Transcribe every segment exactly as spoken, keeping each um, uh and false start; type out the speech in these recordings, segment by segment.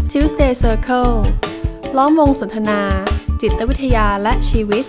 Tuesday Circle ล้อมวงสนทนาจิตวิทยาและชีวิต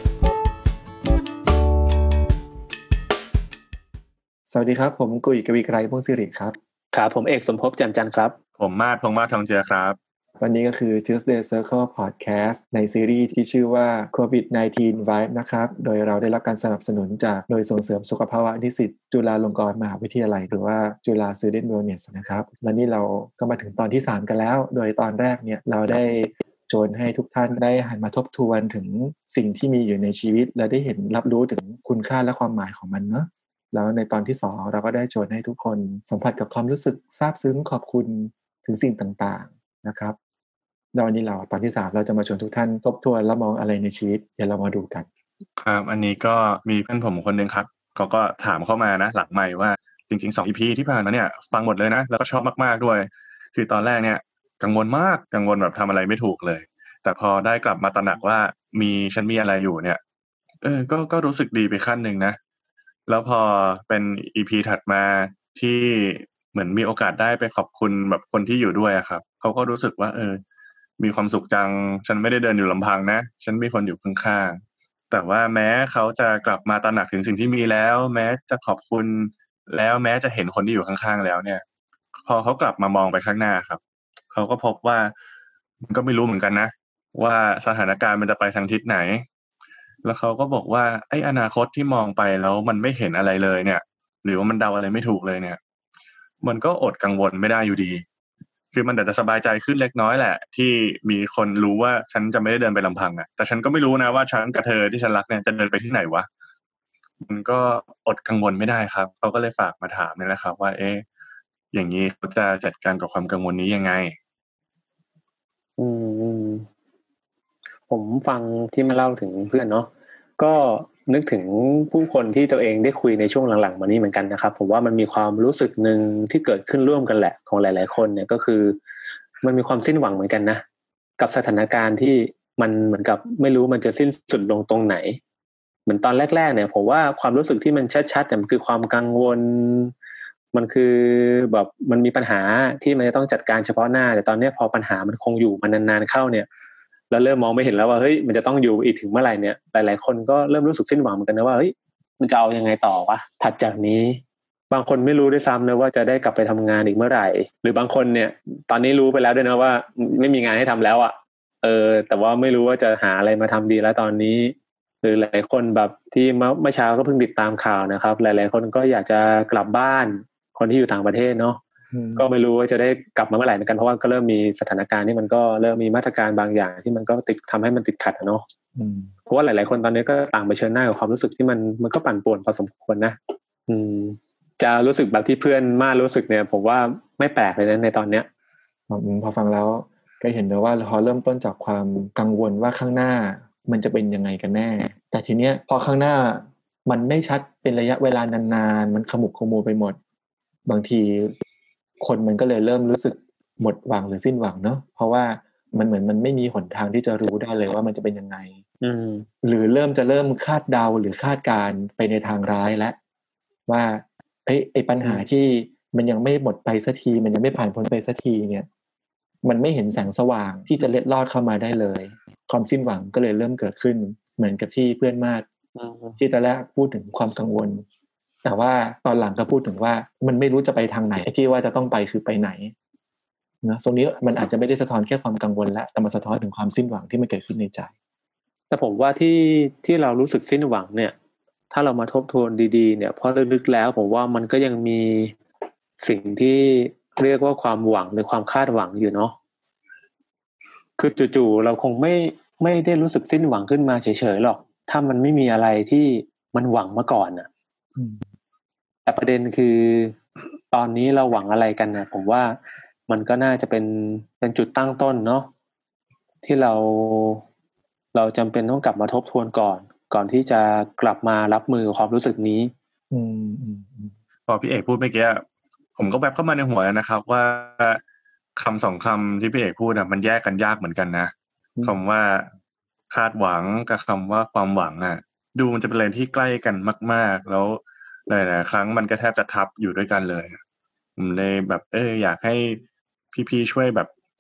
สวัสดีครับผมกุยกวีไกรพงศ์สิริครับครับผมเอกสมภพแจ่มจันทร์ครับผมมาศพงษ์มาศทองเจือครับวันนี้ก็คือ Tuesday Circle Podcast ในซีรีส์ที่ชื่อว่า โควิด สิบเก้า Vibe นะครับโดยเราได้รับการสนับสนุนจากหน่วยส่งเสริมสุขภาวะนิสิตจุฬาลงกรณ์มหาวิทยาลัยหรือว่าจุฬา Student Wellness นะครับและนี่เราก็มาถึงตอนที่สามกันแล้วโดยตอนแรกเนี่ยเราได้ชวนให้ทุกท่านได้หันมาทบทวนถึงสิ่งที่มีอยู่ในชีวิตและได้เห็นรับรู้ถึงคุณค่าและความหมายของมันเนาะแล้วในตอนที่สองเราก็ได้ชวนให้ทุกคนสัมผัสกับความรู้สึกซาบซึ้งขอบคุณถึงสิ่งต่างๆนะครับแล้ววันนี้เราตอนที่สามเราจะมาชวนทุกท่านทบทวนและมองอะไรในชีวิตเดี๋ยวเรามาดูกันครับอันนี้ก็มีเพื่อนผมคนนึงครับเขาก็ถามเข้ามานะหลังไมค์ว่าจริงๆสอง อี พี ที่ผ่านมาเนี่ยฟังหมดเลยนะแล้วก็ชอบมากๆด้วยคือตอนแรกเนี่ยกังวลมากกังวลแบบทำอะไรไม่ถูกเลยแต่พอได้กลับมาตระหนักว่ามีฉันมีอะไรอยู่เนี่ยเออก็ก็รู้สึกดีไปขั้นนึงนะแล้วพอเป็น อี พี ถัดมาที่เหมือนมีโอกาสได้ไปขอบคุณแบบคนที่อยู่ด้วยอะครับเขาก็รู้สึกว่าเออมีความสุขจังฉันไม่ได้เดินอยู่ลำพังนะฉันมีคนอยู่ข้างๆแต่ว่าแม้เขาจะกลับมาตระหนักถึงสิ่งที่มีแล้วแม้จะขอบคุณแล้วแม้จะเห็นคนที่อยู่ข้างๆแล้วเนี่ยพอเขากลับมามองไปข้างหน้าครับเขาก็พบว่ามันก็ไม่รู้เหมือนกันนะว่าสถานการณ์มันจะไปทางทิศไหนแล้วเขาก็บอกว่าไอ้อนาคตที่มองไปแล้วมันไม่เห็นอะไรเลยเนี่ยหรือว่ามันเดาอะไรไม่ถูกเลยเนี่ยมันก็อดกังวลไม่ได้อยู่ดีคือมันอาจจะสบายใจขึ้นเล็กน้อยแหละที่มีคนรู้ว่าฉันจะไม่ได้เดินไปลำพังอ่ะแต่ฉันก็ไม่รู้นะว่าฉันกับเธอที่ฉันรักเนี่ยจะเดินไปที่ไหนวะมันก็อดกังวลไม่ได้ครับเขาก็เลยฝากมาถามนี่แหละครับว่าเอ๊ะอย่างนี้เขาจะจัดการกับความกังวลนี้ยังไงอืมผมฟังที่มาเล่าถึงเพื่อนเนาะก็นึกถึงผู้คนที่ตัวเองได้คุยในช่วงหลังๆมานี้เหมือนกันนะครับผมว่ามันมีความรู้สึกนึงที่เกิดขึ้นร่วมกันแหละของหลายๆคนเนี่ยก็คือมันมีความสิ้นหวังเหมือนกันนะกับสถานการณ์ที่มันเหมือนกับไม่รู้มันจะสิ้นสุดลงตรงไหนเหมือนตอนแรกๆเนี่ยผมว่าความรู้สึกที่มันชัดๆแต่มันคือความกังวลมันคือแบบมันมีปัญหาที่มันจะต้องจัดการเฉพาะหน้าแต่ตอนนี้พอปัญหามันคงอยู่มานานๆเข้าเนี่ยแล้วเริ่มมองไม่เห็นแล้วว่าเฮ้ยมันจะต้องอยู่อีกถึงเมื่อไหร่เนี่ยหลายๆคนก็เริ่มรู้สึกสิ้นหวังเหมือนกันนะว่าเฮ้ยมันจะเอายังไงต่อวะถัดจากนี้บางคนไม่รู้ด้วยซ้ำเลยว่าจะได้กลับไปทำงานอีกเมื่อไหร่หรือบางคนเนี่ยตอนนี้รู้ไปแล้วด้วยนะว่าไม่มีงานให้ทำแล้วอ่ะเออแต่ว่าไม่รู้ว่าจะหาอะไรมาทำดีแล้วตอนนี้หรือหลายคนแบบที่เมื่อเช้าก็เพิ่งติดตามข่าวนะครับหลายๆคนก็อยากจะกลับบ้านคนที่อยู่ต่างประเทศเนาะก็ไม่รู้ว่าจะได้กลับมาเมื่อไหร่เหมือนกันเพราะว่าก็เริ่มมีสถานการณ์ที่มันก็เริ่มมีมาตรการบางอย่างที่มันก็ติดทำให้มันติดขัดเนาะเพราะว่าหลายๆคนตอนนี้ก็ต่างเผชิญหน้ากับความรู้สึกที่มันมันก็ปั่นป่วนพอสมควรนะอืมจะรู้สึกแบบที่เพื่อนมารู้สึกเนี่ยผมว่าไม่แปลกเลยนะในตอนเนี้ยพอฟังแล้วก็เห็นเลยว่าพอเริ่มต้นจากความกังวลว่าข้างหน้ามันจะเป็นยังไงกันแน่แต่ทีเนี้ยพอข้างหน้ามันไม่ชัดเป็นระยะเวลานานๆมันขมุกขมัวไปหมดบางทีคนมันก็เลยเริ่มรู้สึกหมดหวังหรือสิ้นหวังเนาะเพราะว่ามันเหมือนมันไม่มีหนทางที่จะรู้ได้เลยว่ามันจะเป็นยังไงหรือเริ่มจะเริ่มคาดเดาหรือคาดการไปในทางร้ายแล้วว่าไอ้ไอ้ปัญหาที่มันยังไม่หมดไปสักทีมันยังไม่ผ่านพ้นไปสักทีเนี่ยมันไม่เห็นแสงสว่างที่จะเล็ดลอดเข้ามาได้เลยความสิ้นหวังก็เลยเริ่มเกิดขึ้นเหมือนกับที่เพื่อนมาศที่ตอนแรกพูดถึงความกังวลแต่ว่าตอนหลังก็พูดถึงว่ามันไม่รู้จะไปทางไหนที่ว่าจะต้องไปคือไปไหนนะตรงนี้มันอาจจะไม่ได้สะท้อนแค่ความกังวลแล้วแต่มันสะท้อนถึงความสิ้นหวังที่มันเกิดขึ้นในใจแต่ผมว่าที่ที่เรารู้สึกสิ้นหวังเนี่ยถ้าเรามาทบทวนดีๆเนี่ยพอลึกๆแล้วผมว่ามันก็ยังมีสิ่งที่เรียกว่าความหวังหรือความคาดหวังอยู่เนาะคือจู่ๆเราคงไม่ไม่ได้รู้สึกสิ้นหวังขึ้นมาเฉยๆหรอกถ้ามันไม่มีอะไรที่มันหวังมาก่อนน่ะแต่ประเด็นคือตอนนี้เราหวังอะไรกันนะผมว่ามันก็น่าจะเป็นเป็นจุดตั้งต้นเนาะที่เราเราจำเป็นต้องกลับมาทบทวนก่อนก่อนที่จะกลับมารับมือความรู้สึกนี้อืมอืมพอพี่เอกพูดเมื่อกี้ผมก็แบบเข้ามาในหัวแล้วนะครับว่าคำสองคำที่พี่เอกพูดอ่ะมันแยกกันยากเหมือนกันนะคำว่าคาดหวังกับคำว่าความหวังอ่ะดูมันจะเป็นอะไรที่ใกล้กันมากๆแล้วหลายๆครั้งมันก็แทบจะทับอยู่ด้วยกันเลยผมเลยแบบเอออยากให้พี่ๆช่วยแบบ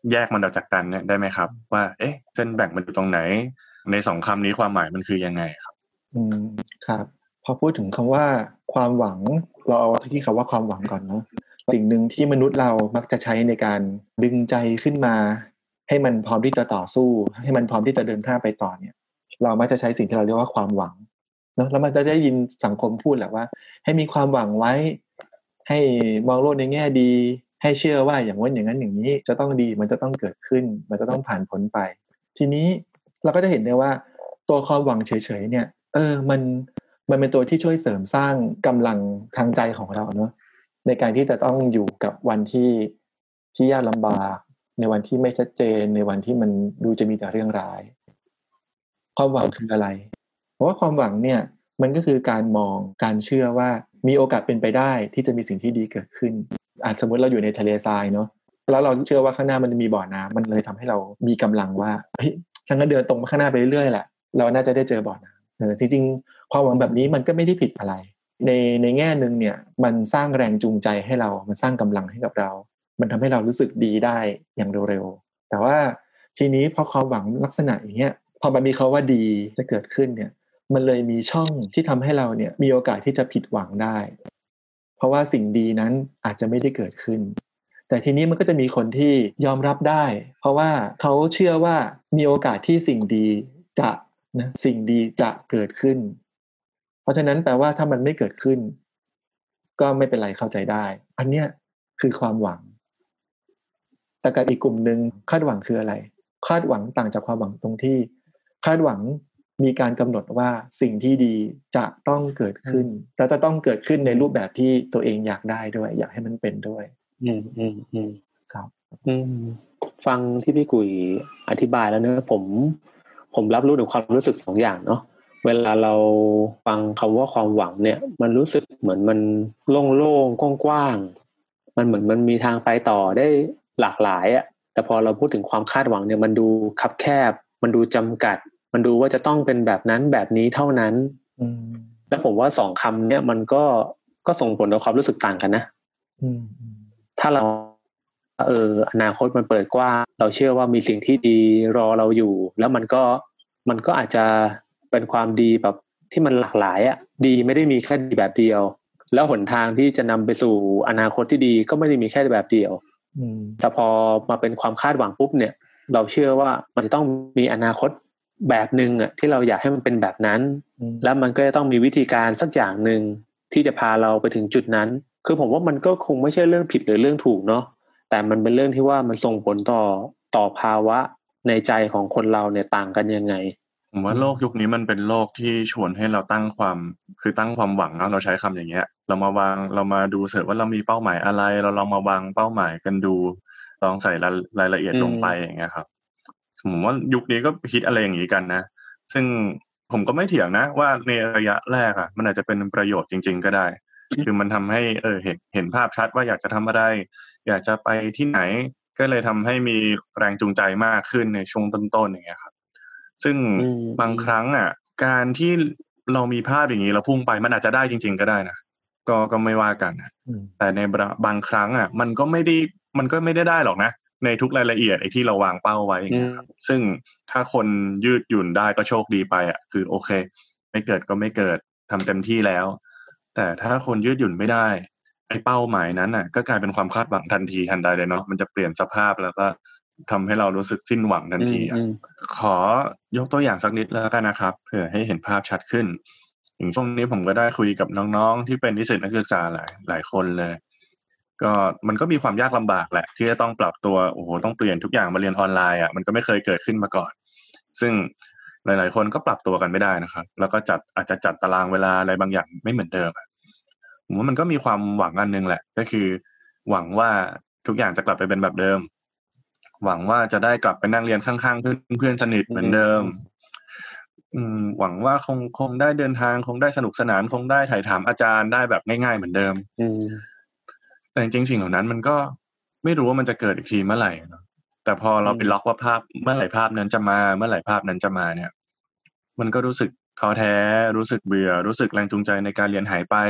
แยกมันออกจากกันเนี่ยได้ไหมครับว่าเอ๊ะเส้นแบ่งมันอยู่ตรงไหนในสองคำนี้ความหมายมันคือยังไงครับอืมครับพอพูดถึงคำว่าความหวังเราเอาที่คำว่าความหวังก่อนเนาะสิ่งหนึ่งที่มนุษย์เรามักจะใช้ในการดึงใจขึ้นมาให้มันพร้อมที่จะต่อสู้ให้มันพร้อมที่จะเดินหน้าไปต่อเนี่ยเรามักจะใช้สิ่งที่เราเรียกว่าความหวังเนาะแล้วมันจะได้ยินสังคมพูดแหละว่าให้มีความหวังไว้ให้มองโลกในแง่ดีให้เชื่อว่าอย่างว่าอย่างนั้นอย่างนี้จะต้องดีมันจะต้องเกิดขึ้นมันจะต้องผ่านพ้นไปทีนี้เราก็จะเห็นได้ว่าตัวความหวังเฉยๆเนี่ยเออมันมันเป็นตัวที่ช่วยเสริมสร้างกำลังทางใจของเราเนาะในการที่จะต้องอยู่กับวันที่ที่ยากลำบากในวันที่ไม่ชัดเจนในวันที่มันดูจะมีแต่เรื่องร้ายความหวังคืออะไรเพราะว่าความหวังเนี่ยมันก็คือการมองการเชื่อว่ามีโอกาสเป็นไปได้ที่จะมีสิ่งที่ดีเกิดขึ้นอาจสมมติเราอยู่ในทะเลทรายเนาะแล้วเราเชื่อว่าข้างหน้ามันจะมีบ่อน้ำมันเลยทำให้เรามีกำลังว่าเฮ้ยฉันก็เดินตรงไปข้างหน้าไปเรื่อยๆแหละเราน่าจะได้เจอบ่อน้ำเออจริงๆความหวังแบบนี้มันก็ไม่ได้ผิดอะไรในในแง่นึงเนี่ยมันสร้างแรงจูงใจให้เรามันสร้างกำลังให้กับเรามันทำให้เรารู้สึกดีได้อย่างเร็วๆแต่ว่าทีนี้พอความหวังลักษณะอย่างเงี้ยพอมันมีคำว่าดีจะเกิดขึ้นเนี่ยมันเลยมีช่องที่ทำให้เราเนี่ยมีโอกาสที่จะผิดหวังได้เพราะว่าสิ่งดีนั้นอาจจะไม่ได้เกิดขึ้นแต่ทีนี้มันก็จะมีคนที่ยอมรับได้เพราะว่าเขาเชื่อว่ามีโอกาสที่สิ่งดีจะนะสิ่งดีจะเกิดขึ้นเพราะฉะนั้นแปลว่าถ้ามันไม่เกิดขึ้นก็ไม่เป็นไรเข้าใจได้อันเนี้ยคือความหวังแต่กับอีกกลุ่มนึงคาดหวังคืออะไรคาดหวังต่างจากความหวังตรงที่คาดหวังมีการกำหนดว่าสิ่งที่ดีจะต้องเกิดขึ้นแล้วจะต้องเกิดขึ้นในรูปแบบที่ตัวเองอยากได้ด้วยอยากให้มันเป็นด้วยอืมอืมอืมครับอืมฟังที่พี่กุยอธิบายแล้วเนอะผมผมรับรู้ถึงความรู้สึกสองอย่างเนาะเวลาเราฟังคำว่าความหวังเนี่ยมันรู้สึกเหมือนมันโล่งๆกว้างๆมันเหมือนมันมีทางไปต่อได้หลากหลายอ่ะแต่พอเราพูดถึงความคาดหวังเนี่ยมันดูคับแคบมันดูจำกัดมันดูว่าจะต้องเป็นแบบนั้นแบบนี้เท่านั้นอืมแล้วผมว่าสองคำเนี่ยมันก็ก็ส่งผลต่อความรู้สึกต่างกันนะอืมถ้าเราเอออนาคตมันเปิดกว้างเราเชื่อว่ามีสิ่งที่ดีรอเราอยู่แล้วมันก็มันก็อาจจะเป็นความดีแบบที่มันหลากหลายอ่ะดีไม่ได้มีแค่ดีแบบเดียวแล้วหนทางที่จะนำไปสู่อนาคตที่ดีก็ไม่ได้มีแค่แบบเดียวแต่พอมาเป็นความคาดหวังปุ๊บเนี่ยเราเชื่อว่ามันจะต้องมีอนาคตแบบนึงอ่ะที่เราอยากให้มันเป็นแบบนั้นแล้วมันก็จะต้องมีวิธีการสักอย่างนึงที่จะพาเราไปถึงจุดนั้นคือผมว่ามันก็คงไม่ใช่เรื่องผิดหรือเรื่องถูกเนาะแต่มันเป็นเรื่องที่ว่ามันส่งผลต่อต่อภาวะในใจของคนเราเนี่ยต่างกันยังไงผมว่าโลกยุคนี้มันเป็นโลกที่ชวนให้เราตั้งความคือตั้งความหวังเนาะเราใช้คำอย่างเงี้ยเรามาวางเรามาดูเสร็จว่าเรามีเป้าหมายอะไรเราลองมาวางเป้าหมายกันดูลองใส่รายละเอียดลงไปอย่างเงี้ยครับผมว่ายุคนี้ก็คิดอะไรอย่างนี้กันนะซึ่งผมก็ไม่เถียงนะว่าในระยะแรกอ่ะมันอาจจะเป็นประโยชน์จริงๆก็ได้คือมันทำให้เออเห็นเห็นภาพชัดว่าอยากจะทำอะไรอยากจะไปที่ไหนก็เลยทำให้มีแรงจูงใจมากขึ้นในช่วงต้นๆอย่างเงี้ยครับซึ่งบางครั้งอ่ะการที่เรามีภาพอย่างนี้เราพุ่งไปมันอาจจะได้จริงๆก็ได้นะก็ก็ไม่ว่ากันแต่ในบางครั้งอ่ะมันก็ไม่ได้มันก็ไม่ได้ได้หรอกนะในทุกรายละเอียดไอ้ที่เราวางเป้าไว้อย่างเงี้ยครับซึ่งถ้าคนยืดหยุ่นได้ก็โชคดีไปอ่ะคือโอเคไม่เกิดก็ไม่เกิดทำเต็มที่แล้วแต่ถ้าคนยืดหยุ่นไม่ได้ไอ้เป้าหมายนั้นน่ะก็กลายเป็นความคาดหวังทันทีทันใดเลยเนาะมันจะเปลี่ยนสภาพแล้วก็ทำให้เรารู้สึกสิ้นหวังทันทีอ่ะขอยกตัวอย่างสักนิดแล้วกันนะครับเพื่อให้เห็นภาพชัดขึ้นอย่างช่วงนี้ผมก็ได้คุยกับน้องๆที่เป็นนิสิตนักศึกษาหลายหลายคนเลยก็มันก็มีความยากลำบากแหละที่จะต้องปรับตัวโอ้โหต้องเปลี่ยนทุกอย่างมาเรียนออนไลน์อ่ะมันก็ไม่เคยเกิดขึ้นมาก่อนซึ่งหลายๆคนก็ปรับตัวกันไม่ได้นะครับแล้วก็จัดอาจจะจัดตารางเวลาอะไรบางอย่างไม่เหมือนเดิมผมว่ามันก็มีความหวังอันนึงแหละก็คือหวังว่าทุกอย่างจะกลับไปเป็นแบบเดิมหวังว่าจะได้กลับไปนั่งเรียนข้างๆเพื่อนเพื่อนสนิทเหมือนเดิมอืมหวังว่าคงคงได้เดินทางคงได้สนุกสนานคงได้ถ่ายถามอาจารย์ได้แบบง่ายๆเหมือนเดิมแต่จริงๆสิ่งเหล่านั้นมันก็ไม่รู้ว่ามันจะเกิดอีกทีเมื่อไหร่เนาะแต่พอเราไปล็อกว่าภาพเมื่อไหร่ภาพนั้นจะมาเมื่อไหร่ภาพนั้นจะมาเนี่ยมันก็รู้สึกท้อแท้รู้สึกเบื่อรู้สึกแรงจูงใจในการเรียนหายไป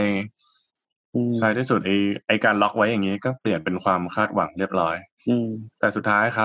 ท้ายที่สุดไอ้ไอ้การล็อกไว้อย่างนี้ก็เปลี่ยนเป็นความคาดหวังเรียบร้อยแต่สุดท้ายครับ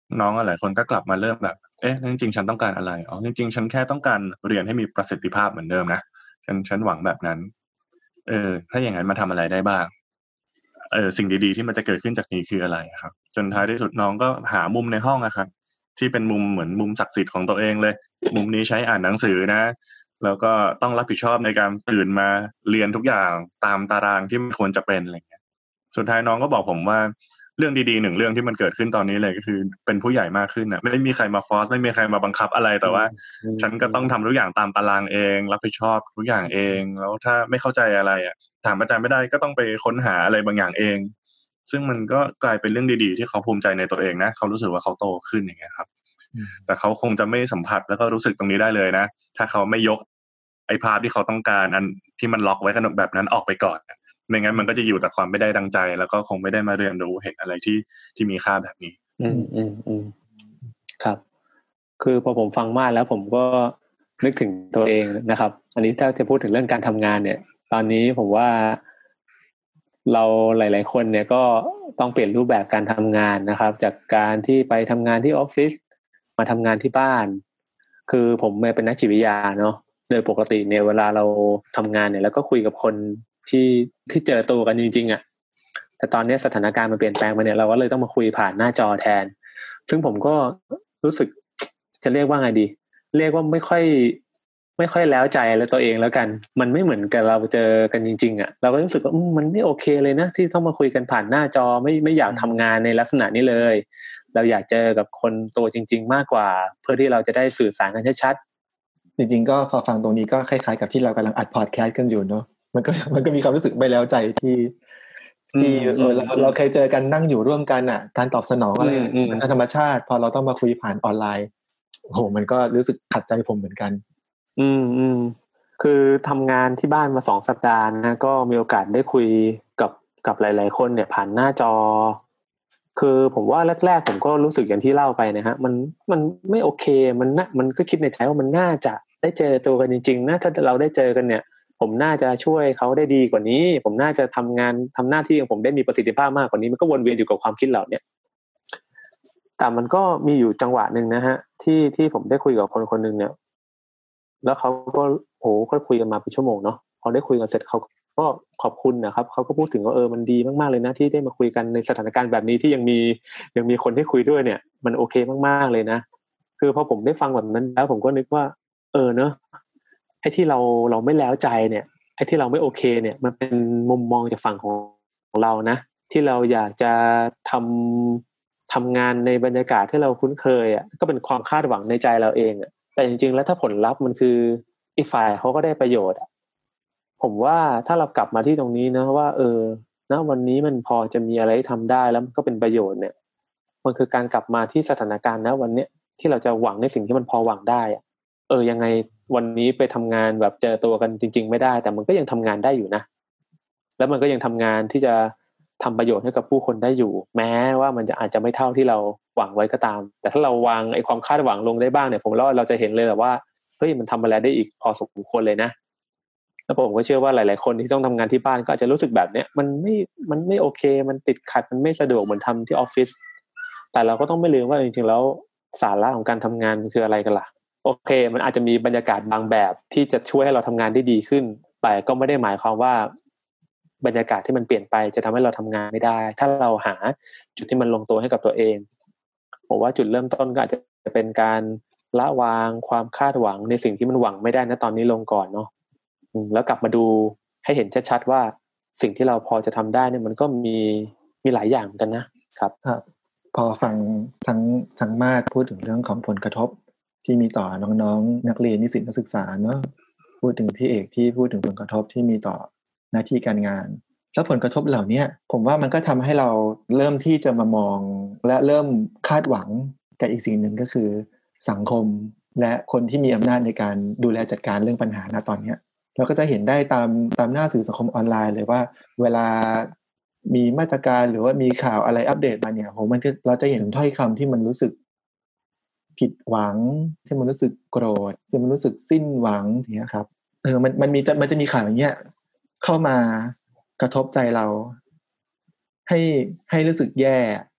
น้องหลายคนก็กลับมาเริ่มแบบเอ๊ะจริงๆฉันต้องการอะไรอ๋อจริงๆฉันแค่ต้องการเรียนให้มีประสิทธิภาพเหมือนเดิมนะฉันฉันหวังแบบนั้นเออถ้าอย่างนั้นมาทำอะไรได้บ้างเออสิ่งดีๆที่มันจะเกิดขึ้นจากนี้คืออะไรครับจนท้ายที่สุดน้องก็หามุมในห้องอะครับที่เป็นมุมเหมือนมุมศักดิ์สิทธิ์ของตัวเองเลยมุมนี้ใช้อ่านหนังสือนะแล้วก็ต้องรับผิดชอบในการตื่นมาเรียนทุกอย่างตามตารางที่มันควรจะเป็นอะไรเงี้ยสุดท้ายน้องก็บอกผมว่าเรื่องดีๆหนึ่งเรื่องที่มันเกิดขึ้นตอนนี้เลยก็คือเป็นผู้ใหญ่มากขึ้นนะไม่มีใครมาฟอร์สไม่มีใครมาบังคับอะไรแต่ว่าฉันก็ต้องทำทุกอย่างตามตารางเองรับผิดชอบทุกอย่างเองแล้วถ้าไม่เข้าใจอะไรอ่ะถามอาจารย์ไม่ได้ก็ต้องไปค้นหาอะไรบางอย่างเองซึ่งมันก็กลายเป็นเรื่องดีๆที่เขาภูมิใจในตัวเองนะเขารู้สึกว่าเขาโตขึ้นอย่างเงี้ยครับแต่เขาคงจะไม่สัมผัสแล้วก็รู้สึกตรงนี้ได้เลยนะถ้าเขาไม่ยกไอ้ภาพที่เขาต้องการอันที่มันล็อกไว้ขนมแบบนั้นออกไปก่อนไม่งั้นมันก็จะอยู่แต่ความไม่ได้ดังใจแล้วก็คงไม่ได้มาเรียนรู้เห็นอะไรที่ที่มีค่าแบบนี้อืมอืมอืมครับคือพอผมฟังมาแล้วผมก็นึกถึงตัวเองนะครับอันนี้ถ้าจะพูดถึงเรื่องการทำงานเนี่ยตอนนี้ผมว่าเราหลายๆคนเนี่ยก็ต้องเปลี่ยนรูปแบบการทำงานนะครับจากการที่ไปทำงานที่ออฟฟิศมาทำงานที่บ้านคือผมเป็นนักจิตวิทยาเนาะโดยปกติเนี่ยเวลาเราทำงานเนี่ยแล้วก็คุยกับคนที่ที่เจอตัวกันจริงๆอ่ะแต่ตอนนี้สถานการณ์มันเปลี่ยนแปลงไปเนี่ยเราก็เลยต้องมาคุยผ่านหน้าจอแทนซึ่งผมก็รู้สึกจะเรียกว่าไงดีเรียกว่าไม่ค่อยไม่ค่อยแล้วใจแล้วตัวเองแล้วกันมันไม่เหมือนกับเราเจอกันจริงๆอ่ะเราก็รู้สึกว่ามันไม่โอเคเลยนะที่ต้องมาคุยกันผ่านหน้าจอไม่ไม่อยากทำงานในลักษณะนี้เลยเราอยากเจอกับคนตัวจริงๆมากกว่าเพื่อที่เราจะได้สื่อสารกันชัดๆจริงๆก็พอฟังตรงนี้ก็คล้ายๆกับที่เรากำลังอัดพอดแคสต์กันอยู่เนาะมันก็มันก็มีความรู้สึกไม่แล้วใจที่ที่เราเราเคยเจอกันนั่งอยู่ร่วมกันอ่ะการตอบสนองอะไรมันธรรมชาติพอเราต้องมาคุยผ่านออนไลน์โอ้โหมันก็รู้สึกขัดใจผมเหมือนกันอืมอืมคือทำงานที่บ้านมาสองสัปดาห์นะก็มีโอกาสได้คุยกับกับหลายๆคนเนี่ยผ่านหน้าจอคือผมว่าแรกๆผมก็รู้สึกอย่างที่เล่าไปนะฮะมันมันไม่โอเคมันน่ะมันก็คิดในใจว่ามันน่าจะได้เจอตัวกันจริงๆนะถ้าเราได้เจอกันเนี่ยผมน่าจะช่วยเขาได้ดีกว่านี้ผมน่าจะทำงานทำหน้าที่ของผมได้มีประสิทธิภาพมากกว่านี้มันก็วนเวียนอยู่กับความคิดเหล่านี้แต่มันก็มีอยู่จังหวะนึงนะฮะที่ที่ผมได้คุยกับคนคนนึงเนี่ยแล้วเขาก็โหก็คุยกันมาเป็นชั่วโมงเนาะพอได้คุยกันเสร็จเขาก็ขอบคุณนะครับเขาก็พูดถึงว่าเออมันดีมากๆเลยนะที่ได้มาคุยกันในสถานการณ์แบบนี้ที่ยังมียังมีคนให้คุยด้วยเนี่ยมันโอเคมากๆเลยนะคือพอผมได้ฟังแบบนั้นแล้วผมก็นึกว่าเออเนอะไอ้ที่เราเราไม่แล้วใจเนี่ยไอ้ที่เราไม่โอเคเนี่ยมันเป็นมุมมองจากฝั่งของของเรานะที่เราอยากจะทำทำงานในบรรยากาศที่เราคุ้นเคยอ่ะก็เป็นความคาดหวังในใจเราเองอ่ะแต่จริงๆแล้วถ้าผลลัพธ์มันคืออีกฝ่ายเขาก็ได้ประโยชน์ผมว่าถ้าเรากลับมาที่ตรงนี้นะว่าเออณวันนี้มันพอจะมีอะไรที่ทำได้แล้วมันก็เป็นประโยชน์เนี่ยมันคือการกลับมาที่สถานการณ์ณวันเนี้ยที่เราจะหวังในสิ่งที่มันพอหวังได้อะเออยังไงวันนี้ไปทำงานแบบเจอตัวกันจริงๆไม่ได้แต่มันก็ยังทำงานได้อยู่นะแล้วมันก็ยังทำงานที่จะทำประโยชน์ให้กับผู้คนได้อยู่แม้ว่ามันจะอาจจะไม่เท่าที่เราหวังไว้ก็ตามแต่ถ้าเราวางไอ้ความคาดหวังลงได้บ้างเนี่ยผมว่าเราจะเห็นเลยว่าเฮ้ยมันทำอะไรได้อีกพอสมควรเลยนะแล้วผมก็เชื่อว่าหลายๆคนที่ต้องทำงานที่บ้านก็อาจจะรู้สึกแบบเนี้ยมันไม่มันไม่โอเคมันติดขัดมันไม่สะดวกเหมือนทำที่ออฟฟิศแต่เราก็ต้องไม่ลืมว่าจริงๆแล้วสาระของการทำงานมันคืออะไรกันล่ะโอเคมันอาจจะมีบรรยากาศบางแบบที่จะช่วยให้เราทำงานได้ดีขึ้นแต่ก็ไม่ได้หมายความว่าบรรยากาศที่มันเปลี่ยนไปจะทำให้เราทำงานไม่ได้ถ้าเราหาจุดที่มันลงตัวให้กับตัวเองผมว่าจุดเริ่มต้นก็อาจจะเป็นการละวางความคาดหวังในสิ่งที่มันหวังไม่ได้นะตอนนี้ลงก่อนเนาะแล้วกลับมาดูให้เห็นชัดๆว่าสิ่งที่เราพอจะทำได้เนี่ยมันก็มีมีหลายอย่างกันนะครับครับพอฟังทั้งทั้งมาดพูดถึงเรื่องของผลกระทบที่มีต่อน้องๆนักเรียนนิสิตนักศึกษาเนาะพูดถึงพี่เอกที่พูดถึงผลกระทบที่มีต่อหน้าที่การงานแล้วผลกระทบเหล่านี้ผมว่ามันก็ทำให้เราเริ่มที่จะมามองและเริ่มคาดหวังกับอีกสิ่งหนึ่งก็คือสังคมและคนที่มีอำนาจในการดูแลจัดการเรื่องปัญหาณตอนนี้เราก็จะเห็นได้ตามตามหน้าสื่อสังคมออนไลน์เลยว่าเวลามีมาตรการหรือว่ามีข่าวอะไรอัปเดตมาเนี่ยโหมันจะเราจะเห็นถ้อยคำที่มันรู้สึกผิดหวังที่มันรู้สึกโกรธที่มันรู้สึกสิ้นหวังอย่างเงี้ยครับเออมันมันมีมันจะมีข่าวอย่างเงี้ยเข้ามากระทบใจเราให้ให้รู้สึกแย่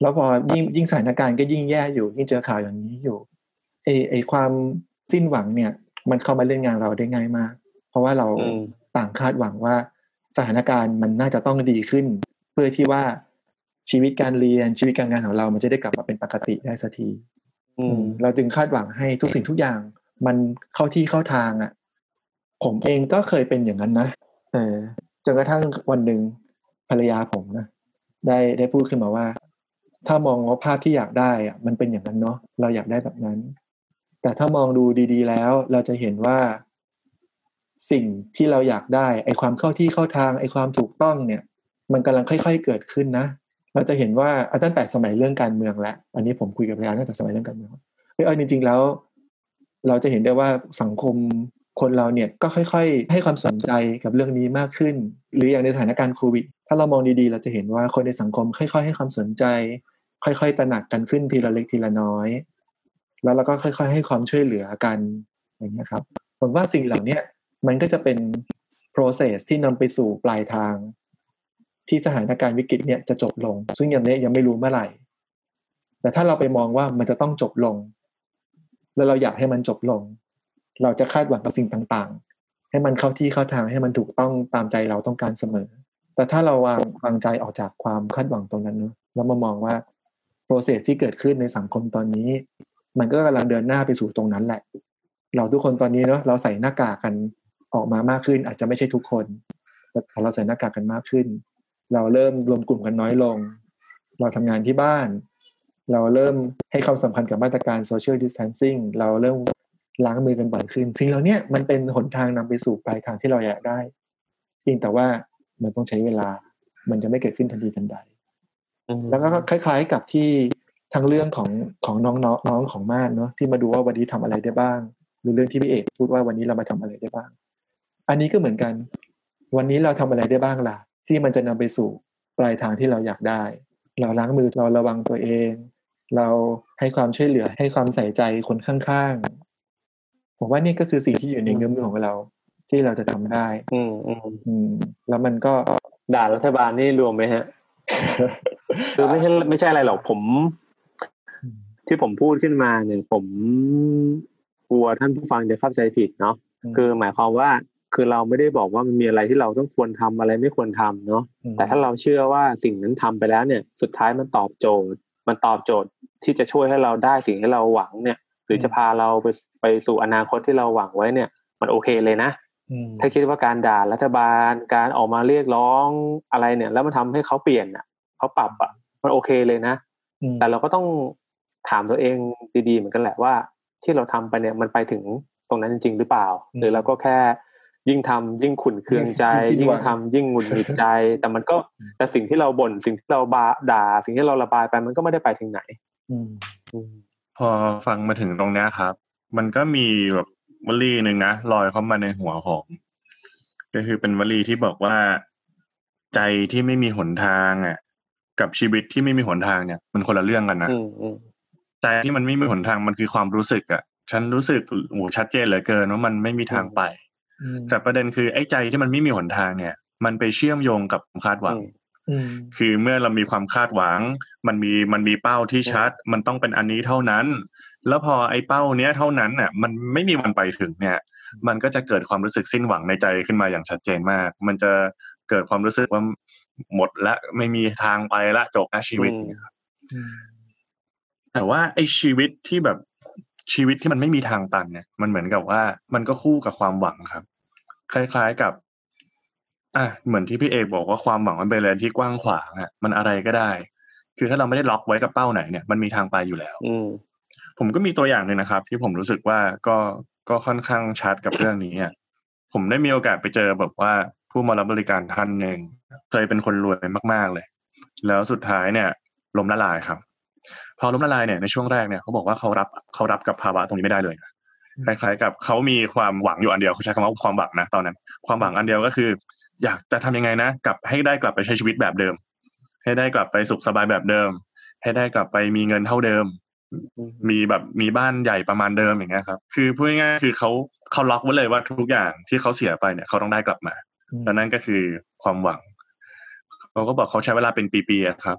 แล้วพอยิ่งยิ่งสถานการณ์ก็ยิ่งแย่อยู่ยิ่งเจอข่าวอย่างนี้อยู่ไอไอความสิ้นหวังเนี่ยมันเข้ามาเล่นงานเราได้ง่ายมากเพราะว่าเราต่างคาดหวังว่าสถานการณ์มันน่าจะต้องดีขึ้นเพื่อที่ว่าชีวิตการเรียนชีวิตการงานของเรามันจะได้กลับมาเป็นปกติได้สักทีเราจึงคาดหวังให้ทุกสิ่งทุกอย่างมันเข้าที่เข้าทางอ่ะผมเองก็เคยเป็นอย่างนั้นนะเออจนกระทั่งวันหนึ่งภรรยาผมนะได้ได้พูดขึ้นมาว่าถ้ามองว่าภาพที่อยากได้อ่ะมันเป็นอย่างนั้นเนาะเราอยากได้แบบนั้นแต่ถ้ามองดูดีๆแล้วเราจะเห็นว่าสิ่งที่เราอยากได้ไอ้ความเข้าที่เข้าทางไอ้ความถูกต้องเนี่ยมันกำลังค่อยๆเกิดขึ้นนะเราจะเห็นว่าตั้งแต่สมัยเรื่องการเมืองแล้วอันนี้ผมคุยกับภรรยาตั้งแต่สมัยเรื่องการเมืองเออจริงๆแล้วเราจะเห็นได้ว่าสังคมคนเราเนี่ยก็ค่อยๆให้ความสนใจกับเรื่องนี้มากขึ้นหรืออย่างในสถานการณ์โควิดถ้าเรามองดีๆเราจะเห็นว่าคนในสังคมค่อยๆให้ความสนใจค่อยๆตระหนักกันขึ้นทีละเล็กทีละน้อยแล้วเราก็ค่อยๆให้ความช่วยเหลือกันอย่างนี้ครับผมว่าสิ่งเหล่านี้มันก็จะเป็น process ที่นำไปสู่ปลายทางที่สถานการณ์วิกฤตเนี่ยจะจบลงซึ่งอย่างนี้ยังไม่รู้เมื่อไหร่แต่ถ้าเราไปมองว่ามันจะต้องจบลงแล้วเราอยากให้มันจบลงเราจะคาดหวังกับสิ่งต่างๆให้มันเข้าที่เข้าทางให้มันถูกต้องตามใจเราต้องการเสมอแต่ถ้าเราวางวางใจออกจากความคาดหวังตรงนั้นเนอะแล้วมามองว่า process ที่เกิดขึ้นในสังคมตอนนี้มันก็กำลังเดินหน้าไปสู่ตรงนั้นแหละเราทุกคนตอนนี้เนอะเราใส่หน้ากากกันออกมามากขึ้นอาจจะไม่ใช่ทุกคนแต่เราใส่หน้ากากกันมากขึ้นเราเริ่มรวมกลุ่มกันน้อยลงเราทำงานที่บ้านเราเริ่มให้ความสำคัญกับมาตรการ social distancing เราเริ่มล้างมือกันบ่อยขึ้นสิ่งเหล่านี้มันเป็นหนทางนำไปสู่ปลายทางที่เราอยากได้เพียงแต่ว่ามันต้องใช้เวลามันจะไม่เกิดขึ้นทันทีทันใดแล้วก็คล้ายๆกับที่ทั้งเรื่องของของน้องๆ น้อง, น้องของม่านเนาะที่มาดูว่าวันนี้ทำอะไรได้บ้างหรือเรื่องที่พี่เอกพูดว่าวันนี้เรามาทำอะไรได้บ้างอันนี้ก็เหมือนกันวันนี้เราทำอะไรได้บ้างล่ะที่มันจะนำไปสู่ปลายทางที่เราอยากได้เราล้างมือเราระวังตัวเองเราให้ความช่วยเหลือให้ความใส่ใจคนข้างๆผมว่านี่ก็คือสิ่งที่อยู่ในเงื้อมือของเราที่เราจะทำได้อืมอืมอืมแล้วมันก็ด่ารัฐบาลนี่รวมไหมฮะ คือไม่ใช่ไม่ใช่อะไรหรอกผมที่ผมพูดขึ้นมาเนี่ยผมกลัวท่านผู้ฟังจะเข้าใจผิดเนาะคือหมายความว่าคือเราไม่ได้บอกว่ามันมีอะไรที่เราต้องควรทำอะไรไม่ควรทำเนาะแต่ถ้าเราเชื่อว่าสิ่งนั้นทำไปแล้วเนี่ยสุดท้ายมันตอบโจทย์มันตอบโจทย์ที่จะช่วยให้เราได้สิ่งที่เราหวังเนี่ยหรือจะพาเราไปไปสู่อนาคตที่เราหวังไว้เนี่ยมันโอเคเลยนะถ้าคิดว่าการด่ารัฐบาลการออกมาเรียกร้องอะไรเนี่ยแล้วมันทำให้เขาเปลี่ยนอ่ะเขาปรับอ่ะมันโอเคเลยนะแต่เราก็ต้องถามตัวเองดีๆเหมือนกันแหละว่าที่เราทำไปเนี่ยมันไปถึงตรงนั้นจริงๆหรือเปล่าหรือเราก็แค่ยิ่งทำยิ่งขุ่นเคืองใจยิ่งทำยิ่งหงุดหงิดใจแต่มันก็แต่สิ่งที่เราบ่นสิ่งที่เราด่าสิ่งที่เราระบายไปมันก็ไม่ได้ไปถึงไหนพอฟังมาถึงตรงนี้ครับมันก็มีแบบวลีนึงนะลอยเข้ามาในหัวผมก็คือเป็นวลีที่บอกว่าใจที่ไม่มีหนทางอ่ะกับชีวิตที่ไม่มีหนทางเนี่ยมันคนละเรื่องกันนะใจที่มันไม่มีหนทางมันคือความรู้สึกอ่ะฉันรู้สึกโหชัดเจนเหลือเกินว่ามันไม่มีทางไปแต่ประเด็นคือไอ้ใจที่มันไม่มีหนทางเนี่ยมันไปเชื่อมโยงกับความคาดหวังคือเมื่อเรามีความคาดหวังมันมีมันมีเป้าที่ชัดมันต้องเป็นอันนี้เท่านั้นแล้วพอไอ้เป้าเนี้ยเท่านั้นน่ะมันไม่มีวันไปถึงเนี่ยมันก็จะเกิดความรู้สึกสิ้นหวังในใจขึ้นมาอย่างชัดเจนมากมันจะเกิดความรู้สึกว่าหมดละไม่มีทางไปละจบละชีวิตนะครับแต่ว่าไอ้ชีวิตที่แบบชีวิตที่มันไม่มีทางตันเนี่ยมันเหมือนกับว่ามันก็คู่กับความหวังครับคล้ายๆกับอ่ะเหมือนที่พี่เอกบอกว่าความหวังมันเป็นอะไรที่กว้างขวางอ่ะมันอะไรก็ได้คือถ้าเราไม่ได้ล็อกไว้กับเป้าไหนเนี่ยมันมีทางไปอยู่แล้วผมก็มีตัวอย่างนึงนะครับที่ผมรู้สึกว่าก็ก็ค่อนข้างชัดกับเรื่องนี้อ่ะผมได้มีโอกาสไปเจอแบบว่าผู้มารับบริการท่านหนึ่งเคยเป็นคนรวยมากๆเลยแล้วสุดท้ายเนี่ยล้มละลายครับพอล้มละลายเนี่ยในช่วงแรกเนี่ยเขาบอกว่าเขารับเขารับกับภาวะตรงนี้ไม่ได้เลยคล้ายๆกับเขามีความหวังอยู่อันเดียวเขาใช้คำว่าความหวังนะตอนนั้นความหวังอันเดียวก็คืออยากจะทำยังไงนะกลับให้ได้กลับไปใช้ชีวิตแบบเดิมให้ได้กลับไปสุขสบายแบบเดิมให้ได้กลับไปมีเงินเท่าเดิมมีแบบมีบ้านใหญ่ประมาณเดิมอย่างเงี้ยครับคือพูดง่ายๆคือเขาเขาล็อกไว้เลยว่าทุกอย่างที่เขาเสียไปเนี่ยเขาต้องได้กลับมาแล้วนั่นก็คือความหวังเขาก็บอกเขาใช้เวลาเป็นปีๆครับ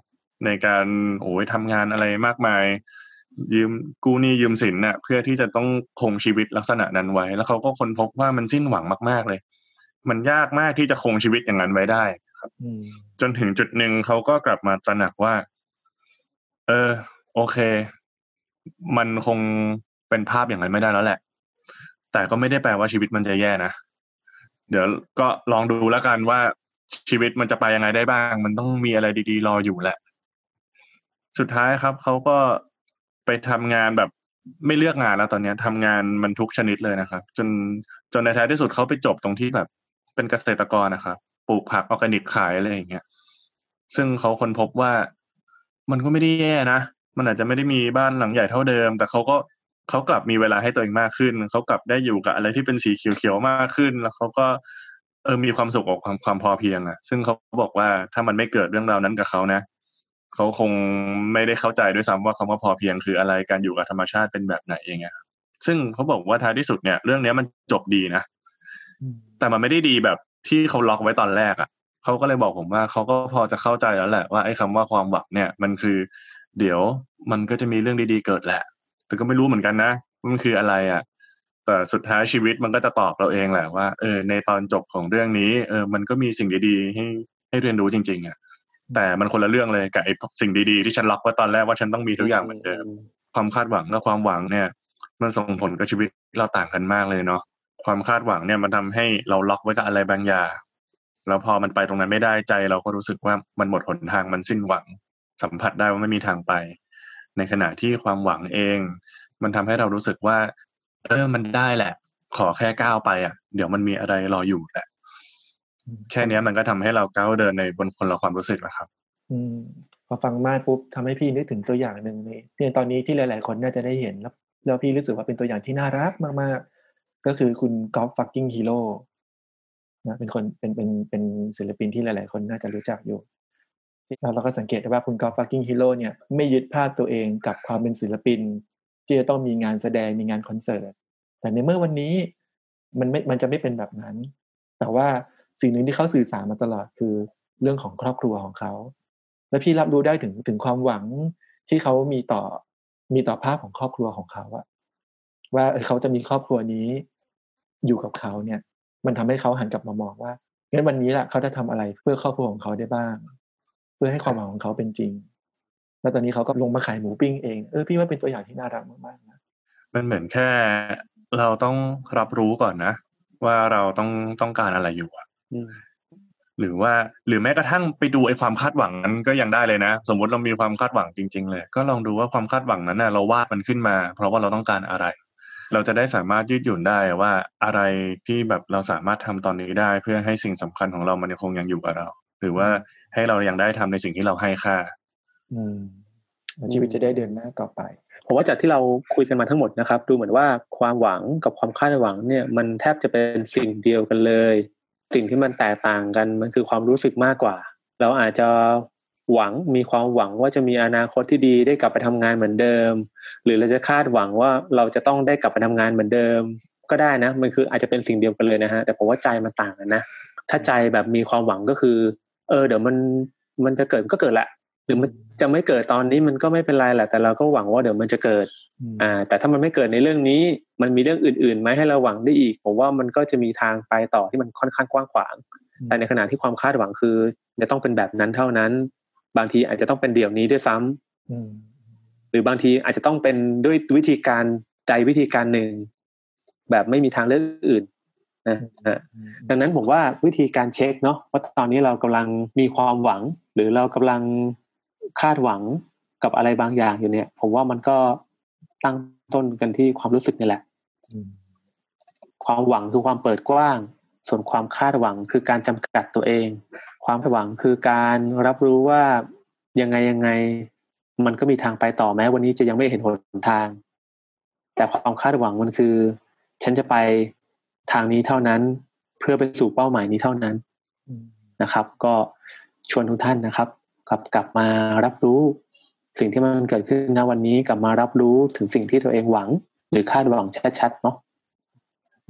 ในการโอ้ยทำงานอะไรมากมายยืมกู้หนี้ยืมสินน่ะเพื่อที่จะต้องคงชีวิตลักษณะนั้นไว้แล้วเขาก็ค้นพบว่ามันสิ้นหวังมากๆเลยมันยากมากที่จะคงชีวิตอย่างนั้นไว้ได้ครับจนถึงจุดหนึ่งเขาก็กลับมาตระหนักว่าเออโอเคมันคงเป็นภาพอย่างนั้นไม่ได้แล้วแหละแต่ก็ไม่ได้แปลว่าชีวิตมันจะแย่นะเดี๋ยวก็ลองดูแล้วกันว่าชีวิตมันจะไปยังไงได้บ้างมันต้องมีอะไรดีๆรออยู่แหละสุดท้ายครับเขาก็ไปทำงานแบบไม่เลือกงานแล้วตอนนี้ทำงานมันทุกชนิดเลยนะครับจนจนในท้ายที่สุดเขาไปจบตรงที่แบบเป็นเกษตรกรนะครับปลูกผักออร์แกนิกขายอะไรอย่างเงี้ยซึ่งเขาค้นพบว่ามันก็ไม่ได้แย่นะมันอาจจะไม่ได้มีบ้านหลังใหญ่เท่าเดิมแต่เขาก็เขากลับมีเวลาให้ตัวเองมากขึ้นเขากลับได้อยู่กับอะไรที่เป็นสีเขียวๆมากขึ้นแล้วเขาก็เออมีความสุขกับความความพอเพียงอ่ะซึ่งเขาบอกว่าถ้ามันไม่เกิดเรื่องราวนั้นกับเขานะเขาคงไม่ได้เข้าใจด้วยซ้ำว่าคำว่าพอเพียงคืออะไรการอยู่กับธรรมชาติเป็นแบบไหนอย่างเงี้ยซึ่งเขาบอกว่าท้ายที่สุดเนี่ยเรื่องนี้มันจบดีนะแต่มันไม่ได้ดีแบบที่เขาล็อกไว้ตอนแรกอ่ะเขาก็เลยบอกผมว่าเขาก็พอจะเข้าใจแล้วแหละว่าไอ้คำว่าความหวังเนี่ยมันคือเดี๋ยวมันก็จะมีเรื่องดีๆเกิดแหละแต่ก็ไม่รู้เหมือนกันนะมันคืออะไรอ่ะแต่สุดท้ายชีวิตมันก็จะตอบเราเองแหละว่าเออในตอนจบของเรื่องนี้เออมันก็มีสิ่งดีๆให้ให้เรียนรู้จริงๆอ่ะแต่มันคนละเรื่องเลยกับไอ้สิ่งดีๆที่ฉันล็อกไว้ตอนแรกว่าฉันต้องมีทุกอย่างเหมือนเดิมความคาดหวังและความหวังเนี่ยมันส่งผลกับชีวิตเราต่างกันมากเลยเนาะความคาดหวังเนี่ยมันทำให้เราล็อกไว้กับอะไรบางอย่างแล้วพอมันไปตรงนั้นไม่ได้ใจเราก็รู้สึกว่ามันหมดหนทางมันสิ้นหวังสัมผัสได้ว่าไม่มีทางไปในขณะที่ความหวังเองมันทำให้เรารู้สึกว่าเออมันได้แหละขอแค่ก้าวไปอ่ะเดี๋ยวมันมีอะไรรออยู่แหละแค่นี้มันก็ทำให้เราก้าวเดินในบนคนละความรู้สึกนะครับอืมพอฟังมาปุ๊บทำให้พี่นึกถึงตัวอย่างหนึ่งนี่ที่ตอนนี้ที่หลายๆคนน่าจะได้เห็นแล้วแล้วพี่รู้สึกว่าเป็นตัวอย่างที่น่ารักมากๆก็คือคุณกอล์ฟฟักกิ้งฮีโร่นะเป็นคนเป็นเป็นเป็นศิลปินที่หลายๆคนน่าจะรู้จักอยู่แล้วเราก็สังเกตได้ว่าคุณกอล์ฟฟักกิ้งฮีโร่เนี่ยไม่ยึดภาพตัวเองกับความเป็นศิลปินที่จะต้องมีงานแสดงมีงานคอนเสิร์ตแต่ในเมื่อวันนี้มันไม่มันจะไม่เป็นแบบนั้นแต่ว่าสิ่งหนึ่งที่เขาสื่อสารมาตลอดคือเรื่องของครอบครัวของเขาและพี่รับรู้ได้ถึงถึงความหวังที่เขามีต่อมีต่อภาพของครอบครัวของเขาอะว่าเขาจะมีครอบครัวนี้อยู่กับเขาเนี่ยมันทำให้เขาหันกลับมามองว่างั้นวันนี้แหละเขาจะทำอะไรเพื่อครอบครัวของเขาได้บ้างเพื่อให้ความหวังของเขาเป็นจริงแล้วตอนนี้เขาก็ลงมาขายหมูปิ้งเองเออพี่ว่าเป็นตัวอย่างที่น่ารักมากๆนะมันเหมือนแค่เราต้องรับรู้ก่อนนะว่าเราต้องต้องการอะไรอยู่อ่ะหรือว่าหรือแม้กระทั่งไปดูไอ้ความคาดหวังนั้นก็ยังได้เลยนะสมมติเรามีความคาดหวังจริงๆเลยก็ลองดูว่าความคาดหวังนั้นน่ะเราวาดมันขึ้นมาเพราะว่าเราต้องการอะไรเราจะได้สามารถยืดหยุ่นได้ว่าอะไรที่แบบเราสามารถทำตอนนี้ได้เพื่อให้สิ่งสำคัญของเรามันยังคงยังอยู่กับเราหรือว่าให้เรายังได้ทำในสิ่งที่เราให้ค่าอืมชีวิตจะได้เดินหน้าต่อไปผมว่าจากที่เราคุยกันมาทั้งหมดนะครับดูเหมือนว่าความหวังกับความคาดหวังเนี่ยมันแทบจะเป็นสิ่งเดียวกันเลยสิ่งที่มันแตกต่างกันมันคือความรู้สึกมากกว่าเราอาจจะหวังมีความหวังว่าจะมีอนาคตที่ดีได้กลับไปทำงานเหมือนเดิมหรือเราจะคาดหวังว่าเราจะต้องได้กลับไปทำงานเหมือนเดิมก็ได้นะมันคืออาจจะเป็นสิ่งเดียวกันเลยนะฮะแต่ผมว่าใจมันต่างกันนะถ้าใจแบบมีความหวังก็คือเออเดี๋ยวมันมันจะเกิดก็เกิดแหละหรือมันจะไม่เกิดตอนนี้มันก็ไม่เป็นไรแหละแต่เราก็หวังว่าเดี๋ยวมันจะเกิดอ่าแต่ถ้ามันไม่เกิดในเรื่องนี้มันมีเรื่องอื่นๆไหมให้เราหวังได้อีกผมว่ามันก็จะมีทางไปต่อที่มันค่อนข้างกว้างขวางแต่ในขณะที่ความคาดหวังคือจะต้องเป็นแบบนั้นเท่านั้นบางทีอาจจะต้องเป็นเดี๋ยวนี้ด้วยซ้ำหรือบางทีอาจจะต้องเป็นด้วยวิธีการใดวิธีการหนึ่งแบบไม่มีทางเลือกอื่นนะดังนั้นผมว่าวิธีการเช็คเนาะว่าตอนนี้เรากำลังมีความหวังหรือเรากำลังคาดหวังกับอะไรบางอย่างอยู่เนี่ยผมว่ามันก็ตั้งต้นกันที่ความรู้สึกนี่แหละความหวังคือความเปิดกว้างส่วนความคาดหวังคือการจำกัดตัวเองความคาดหวังคือการรับรู้ว่ายังไงยังไงมันก็มีทางไปต่อแม้วันนี้จะยังไม่เห็นหนทางแต่ความคาดหวังมันคือฉันจะไปทางนี้เท่านั้นเพื่อไปสู่เป้าหมายนี้เท่านั้นนะครับก็ชวนทุกท่านนะครับกลับกลับมารับรู้สิ่งที่มันเกิดขึ้นณวันนี้กลับมารับรู้ถึงสิ่งที่ตัวเองหวังหรือคาดหวังชัดๆเนาะโอ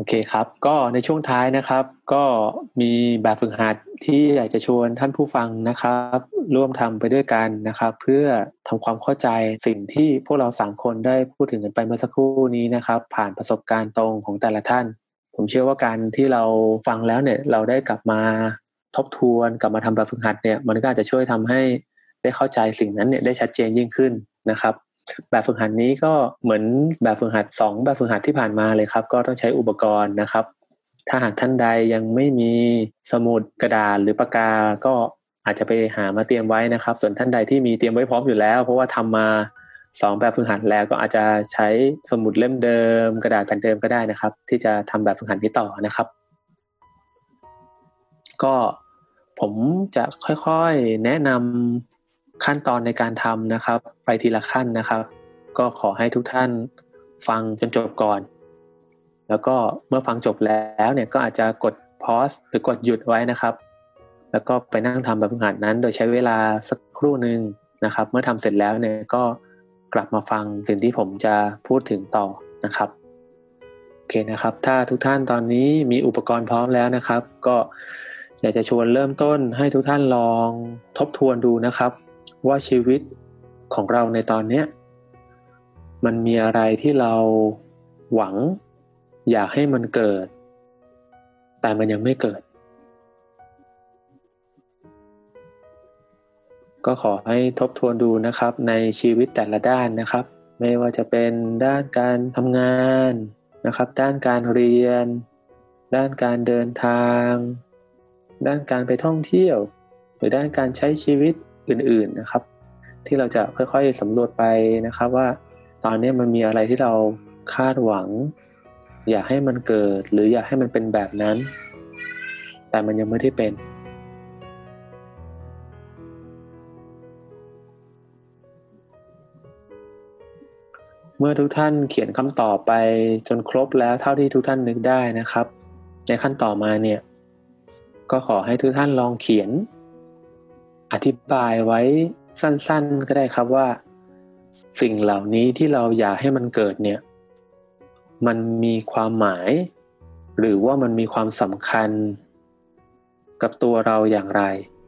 อเคครับก็ในช่วงท้ายนะครับก็มีแบบฝึกหัดที่อยากจะชวนท่านผู้ฟังนะครับร่วมทำไปด้วยกันนะครับเพื่อทำความเข้าใจสิ่งที่พวกเราสามคนได้พูดถึงกันไปเมื่อสักครู่นี้นะครับผ่านประสบการณ์ตรงของแต่ละท่านผมเชื่อว่าการที่เราฟังแล้วเนี่ยเราได้กลับมาทบทวนกลับมาทำแบบฝึกหัดเนี่ยมันก็อาจจะช่วยทำให้ได้เข้าใจสิ่งนั้นเนี่ยได้ชัดเจนยิ่งขึ้นนะครับแบบฝึกหัดนี้ก็เหมือนแบบฝึกหัดสองแบบฝึกหัดที่ผ่านมาเลยครับก็ต้องใช้อุปกรณ์นะครับถ้าหากท่านใดยังไม่มีสมุดกระดาษหรือปากกาก็อาจจะไปหามาเตรียมไว้นะครับส่วนท่านใดที่มีเตรียมไว้พร้อมอยู่แล้วเพราะว่าทำมาสองแบบฝึกหัดแล้วก็อาจจะใช้สมุดเล่มเดิมกระดาษแผ่นเดิมก็ได้นะครับที่จะทำแบบฝึกหัดนี้ต่อนะครับก็ผมจะค่อยๆแนะนำขั้นตอนในการทำนะครับไปทีละขั้นนะครับก็ขอให้ทุกท่านฟังจนจบก่อนแล้วก็เมื่อฟังจบแล้วเนี่ยก็อาจจะกดพอสหรือกดหยุดไว้นะครับแล้วก็ไปนั่งทำแบบฝึกหัดนั้นโดยใช้เวลาสักครู่นึงนะครับเมื่อทำเสร็จแล้วเนี่ยก็กลับมาฟังสิ่งที่ผมจะพูดถึงต่อนะครับโอเคนะครับถ้าทุกท่านตอนนี้มีอุปกรณ์พร้อมแล้วนะครับก็อยากจะชวนเริ่มต้นให้ทุกท่านลองทบทวนดูนะครับว่าชีวิตของเราในตอนนี้มันมีอะไรที่เราหวังอยากให้มันเกิดแต่มันยังไม่เกิดก็ขอให้ทบทวนดูนะครับในชีวิตแต่ละด้านนะครับไม่ว่าจะเป็นด้านการทำงานนะครับด้านการเรียนด้านการเดินทางด้านการไปท่องเที่ยวหรือด้านการใช้ชีวิตอื่นๆนะครับที่เราจะค่อยๆสำรวจไปนะครับว่าตอนนี้มันมีอะไรที่เราคาดหวังอยากให้มันเกิดหรืออยากให้มันเป็นแบบนั้นแต่มันยังไม่ได้เป็นเมื่อทุกท่านเขียนคำตอบไปจนครบแล้วเท่าที่ทุกท่านนึกได้นะครับในขั้นต่อมาเนี่ยก็ขอให้ทุกท่านลองเขียนอธิบายไว้สั้นๆก็ได้ครับว่าสิ่งเหล่านี้ที่เราอยากให้มันเกิดเนี่ยมันมีความหมายหรือว่ามันมีความสำคัญกับตัวเราอย่างไร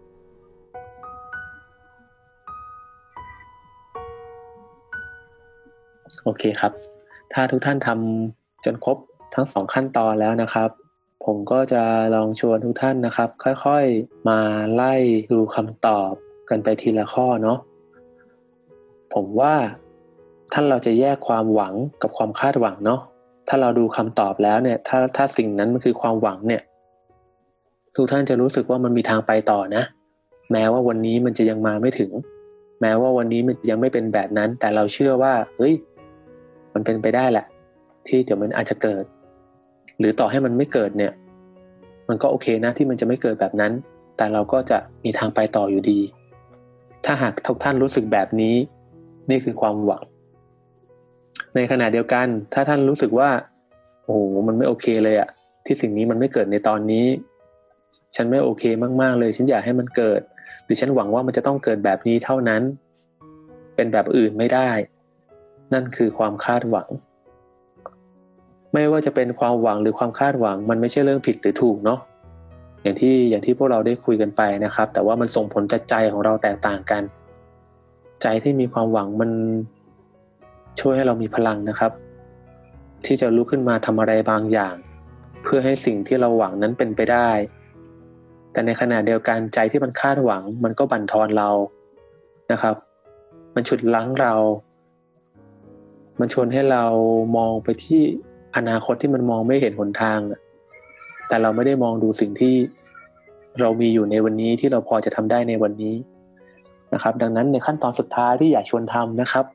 โอเคครับถ้าทุกท่านทำจนครบทั้งสองขั้นตอนแล้วนะครับผมก็จะลองชวนทุกท่านนะครับค่อยๆมาไล่ดูคำตอบกันไปทีละข้อเนาะผมว่าถ้าเราจะแยกความหวังกับความคาดหวังเนาะถ้าเราดูคำตอบแล้วเนี่ยถ้าถ้าสิ่งนั้นมันคือความหวังเนี่ยทุกท่านจะรู้สึกว่ามันมีทางไปต่อนะแม้ว่าวันนี้มันจะยังมาไม่ถึงแม้ว่าวันนี้มันยังไม่เป็นแบบนั้นแต่เราเชื่อว่าเฮ้ยมันเป็นไปได้แหละที่เดี๋ยวมันอาจจะเกิดหรือต่อให้มันไม่เกิดเนี่ยมันก็โอเคนะที่มันจะไม่เกิดแบบนั้นแต่เราก็จะมีทางไปต่ออยู่ดีถ้าหากทุกท่านรู้สึกแบบนี้นี่คือความหวังในขณะเดียวกันถ้าท่านรู้สึกว่าโอ้โหมันไม่โอเคเลยอะที่สิ่งนี้มันไม่เกิดในตอนนี้ฉันไม่โอเคมากๆเลยฉันอยากให้มันเกิดหรือฉันหวังว่ามันจะต้องเกิดแบบนี้เท่านั้นเป็นแบบอื่นไม่ได้นั่นคือความคาดหวังไม่ว่าจะเป็นความหวังหรือความคาดหวังมันไม่ใช่เรื่องผิดหรือถูกเนาะอย่างที่อย่างที่พวกเราได้คุยกันไปนะครับแต่ว่ามันส่งผลจากใจของเราแตกต่างกันใจที่มีความหวังมันช่วยให้เรามีพลังนะครับที่จะลุกขึ้นมาทำอะไรบางอย่างเพื่อให้สิ่งที่เราหวังนั้นเป็นไปได้แต่ในขณะเดียวกันใจที่มันคาดหวังมันก็บั่นทอนเรานะครับมันฉุดรั้งเรามันชวนให้เรามองไปที่อนาคตที่มันมองไม่เห็นหนทางแต่เราไม่ได้มองดูสิ่งที่เรามีอยู่ในวันนี้ที่เราพอจะทำได้ในวันนี้นะครับดังนั้นในขั้นตอนสุดท้ายที่อยากชวนทำนะครับ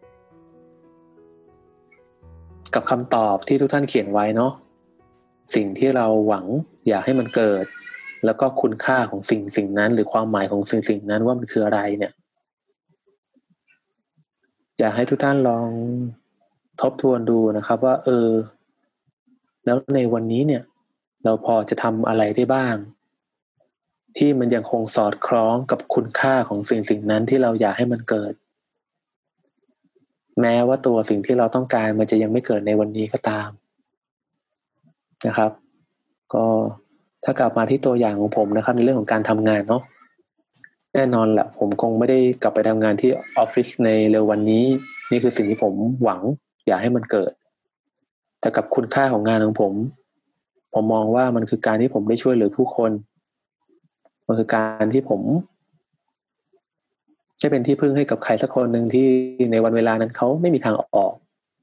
กับคำตอบที่ทุกท่านเขียนไว้เนาะสิ่งที่เราหวังอยากให้มันเกิดแล้วก็คุณค่าของสิ่งสิ่งนั้นหรือความหมายของสิ่งสิ่งนั้นว่ามันคืออะไรเนี่ยอยากให้ทุกท่านลองทบทวนดูนะครับว่าเออแล้วในวันนี้เนี่ยเราพอจะทำอะไรได้บ้างที่มันยังคงสอดคล้องกับคุณค่าของสิ่งสิ่งนั้นที่เราอยากให้มันเกิดแม้ว่าตัวสิ่งที่เราต้องการมันจะยังไม่เกิดในวันนี้ก็ตามนะครับก็ถ้ากลับมาที่ตัวอย่างของผมนะครับในเรื่องของการทำงานเนาะแน่นอนแหละผมคงไม่ได้กลับไปทำงานที่ออฟฟิศในเร็ววันนี้นี่คือสิ่งที่ผมหวังอยากให้มันเกิดแต่กับคุณค่าของงานของผมผมมองว่ามันคือการที่ผมได้ช่วยเหลือผู้คนมันคือการที่ผมจะเป็นที่พึ่งให้กับใครสักคนหนึ่งที่ในวันเวลานั้นเขาไม่มีทางออก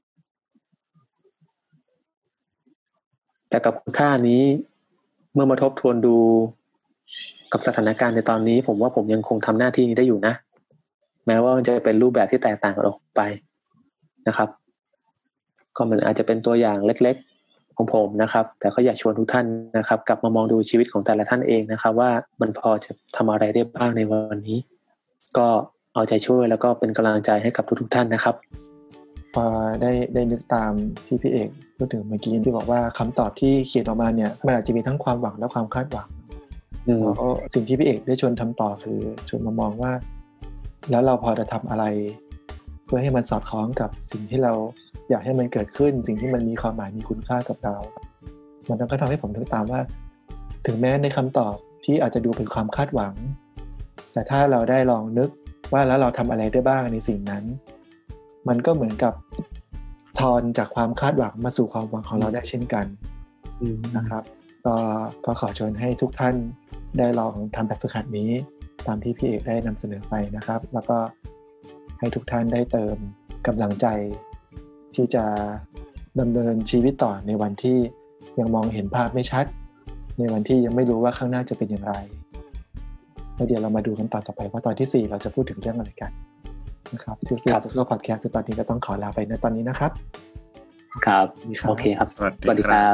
แต่กับคุณค่านี้เมื่อมาทบทวนดูกับสถานการณ์ในตอนนี้ผมว่าผมยังคงทำหน้าที่นี้ได้อยู่นะแม้ว่ามันจะเป็นรูปแบบที่แตกต่างกันออกไปนะครับก็มันอาจจะเป็นตัวอย่างเล็กๆของผมนะครับแต่ก็อยากชวนทุกท่านนะครับกลับมามองดูชีวิตของแต่ละท่านเองนะครับว่ามันพอจะทำอะไรได้บ้างในวันนี้ก็เอาใจช่วยแล้วก็เป็นกำลังใจให้กับทุกๆท่านนะครับพอได้ได้นึกตามที่พี่เอกพูดถึงเมื่อกี้ที่บอกว่าคำตอบที่เขียนออกมาเนี่ยมันอาจจะมีทั้งความหวังและความคาดหวังแล้วก็สิ่งที่พี่เอกได้ชวนทำต่อคือชวนมามองว่าแล้วเราพอจะทำอะไรเพื่อให้มันสอดคล้องกับสิ่งที่เราอยากให้มันเกิดขึ้นสิ่งที่มันมีความหมายมีคุณค่ากับเรามันก็ทำให้ผมนึกตามว่าถึงแม้ในคำตอบที่อาจจะดูเป็นความคาดหวังแต่ถ้าเราได้ลองนึกว่าแล้วเราทำอะไรได้บ้างในสิ่งนั้นมันก็เหมือนกับทอนจากความคาดหวังมาสู่ความหวังของเราได้เช่นกันนะครับก็ก็ขอชวนให้ทุกท่านได้ลองทำแบบฝึกหัดนี้ตามที่พี่เอกได้นำเสนอไปนะครับแล้วก็ให้ทุกท่านได้เติมกำลังใจที่จะดำเนินชีวิตต่อในวันที่ยังมองเห็นภาพไม่ชัดในวันที่ยังไม่รู้ว่าข้างหน้าจะเป็นอย่างไรแล้วเดี๋ยวเรามาดูกันตอนต่อไปว่าตอนที่สี่เราจะพูดถึงเรื่องอะไรกันนะครับที่ซีซัสพอดแคสต์ตอนนี้ก็ต้องขอลาไปในตอนนี้นะครับครับโอเคครับสวัสดีครับ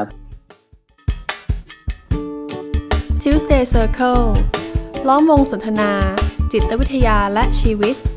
Tuesday Circle ล้อมวงสนทนาจิตวิทยาและชีวิต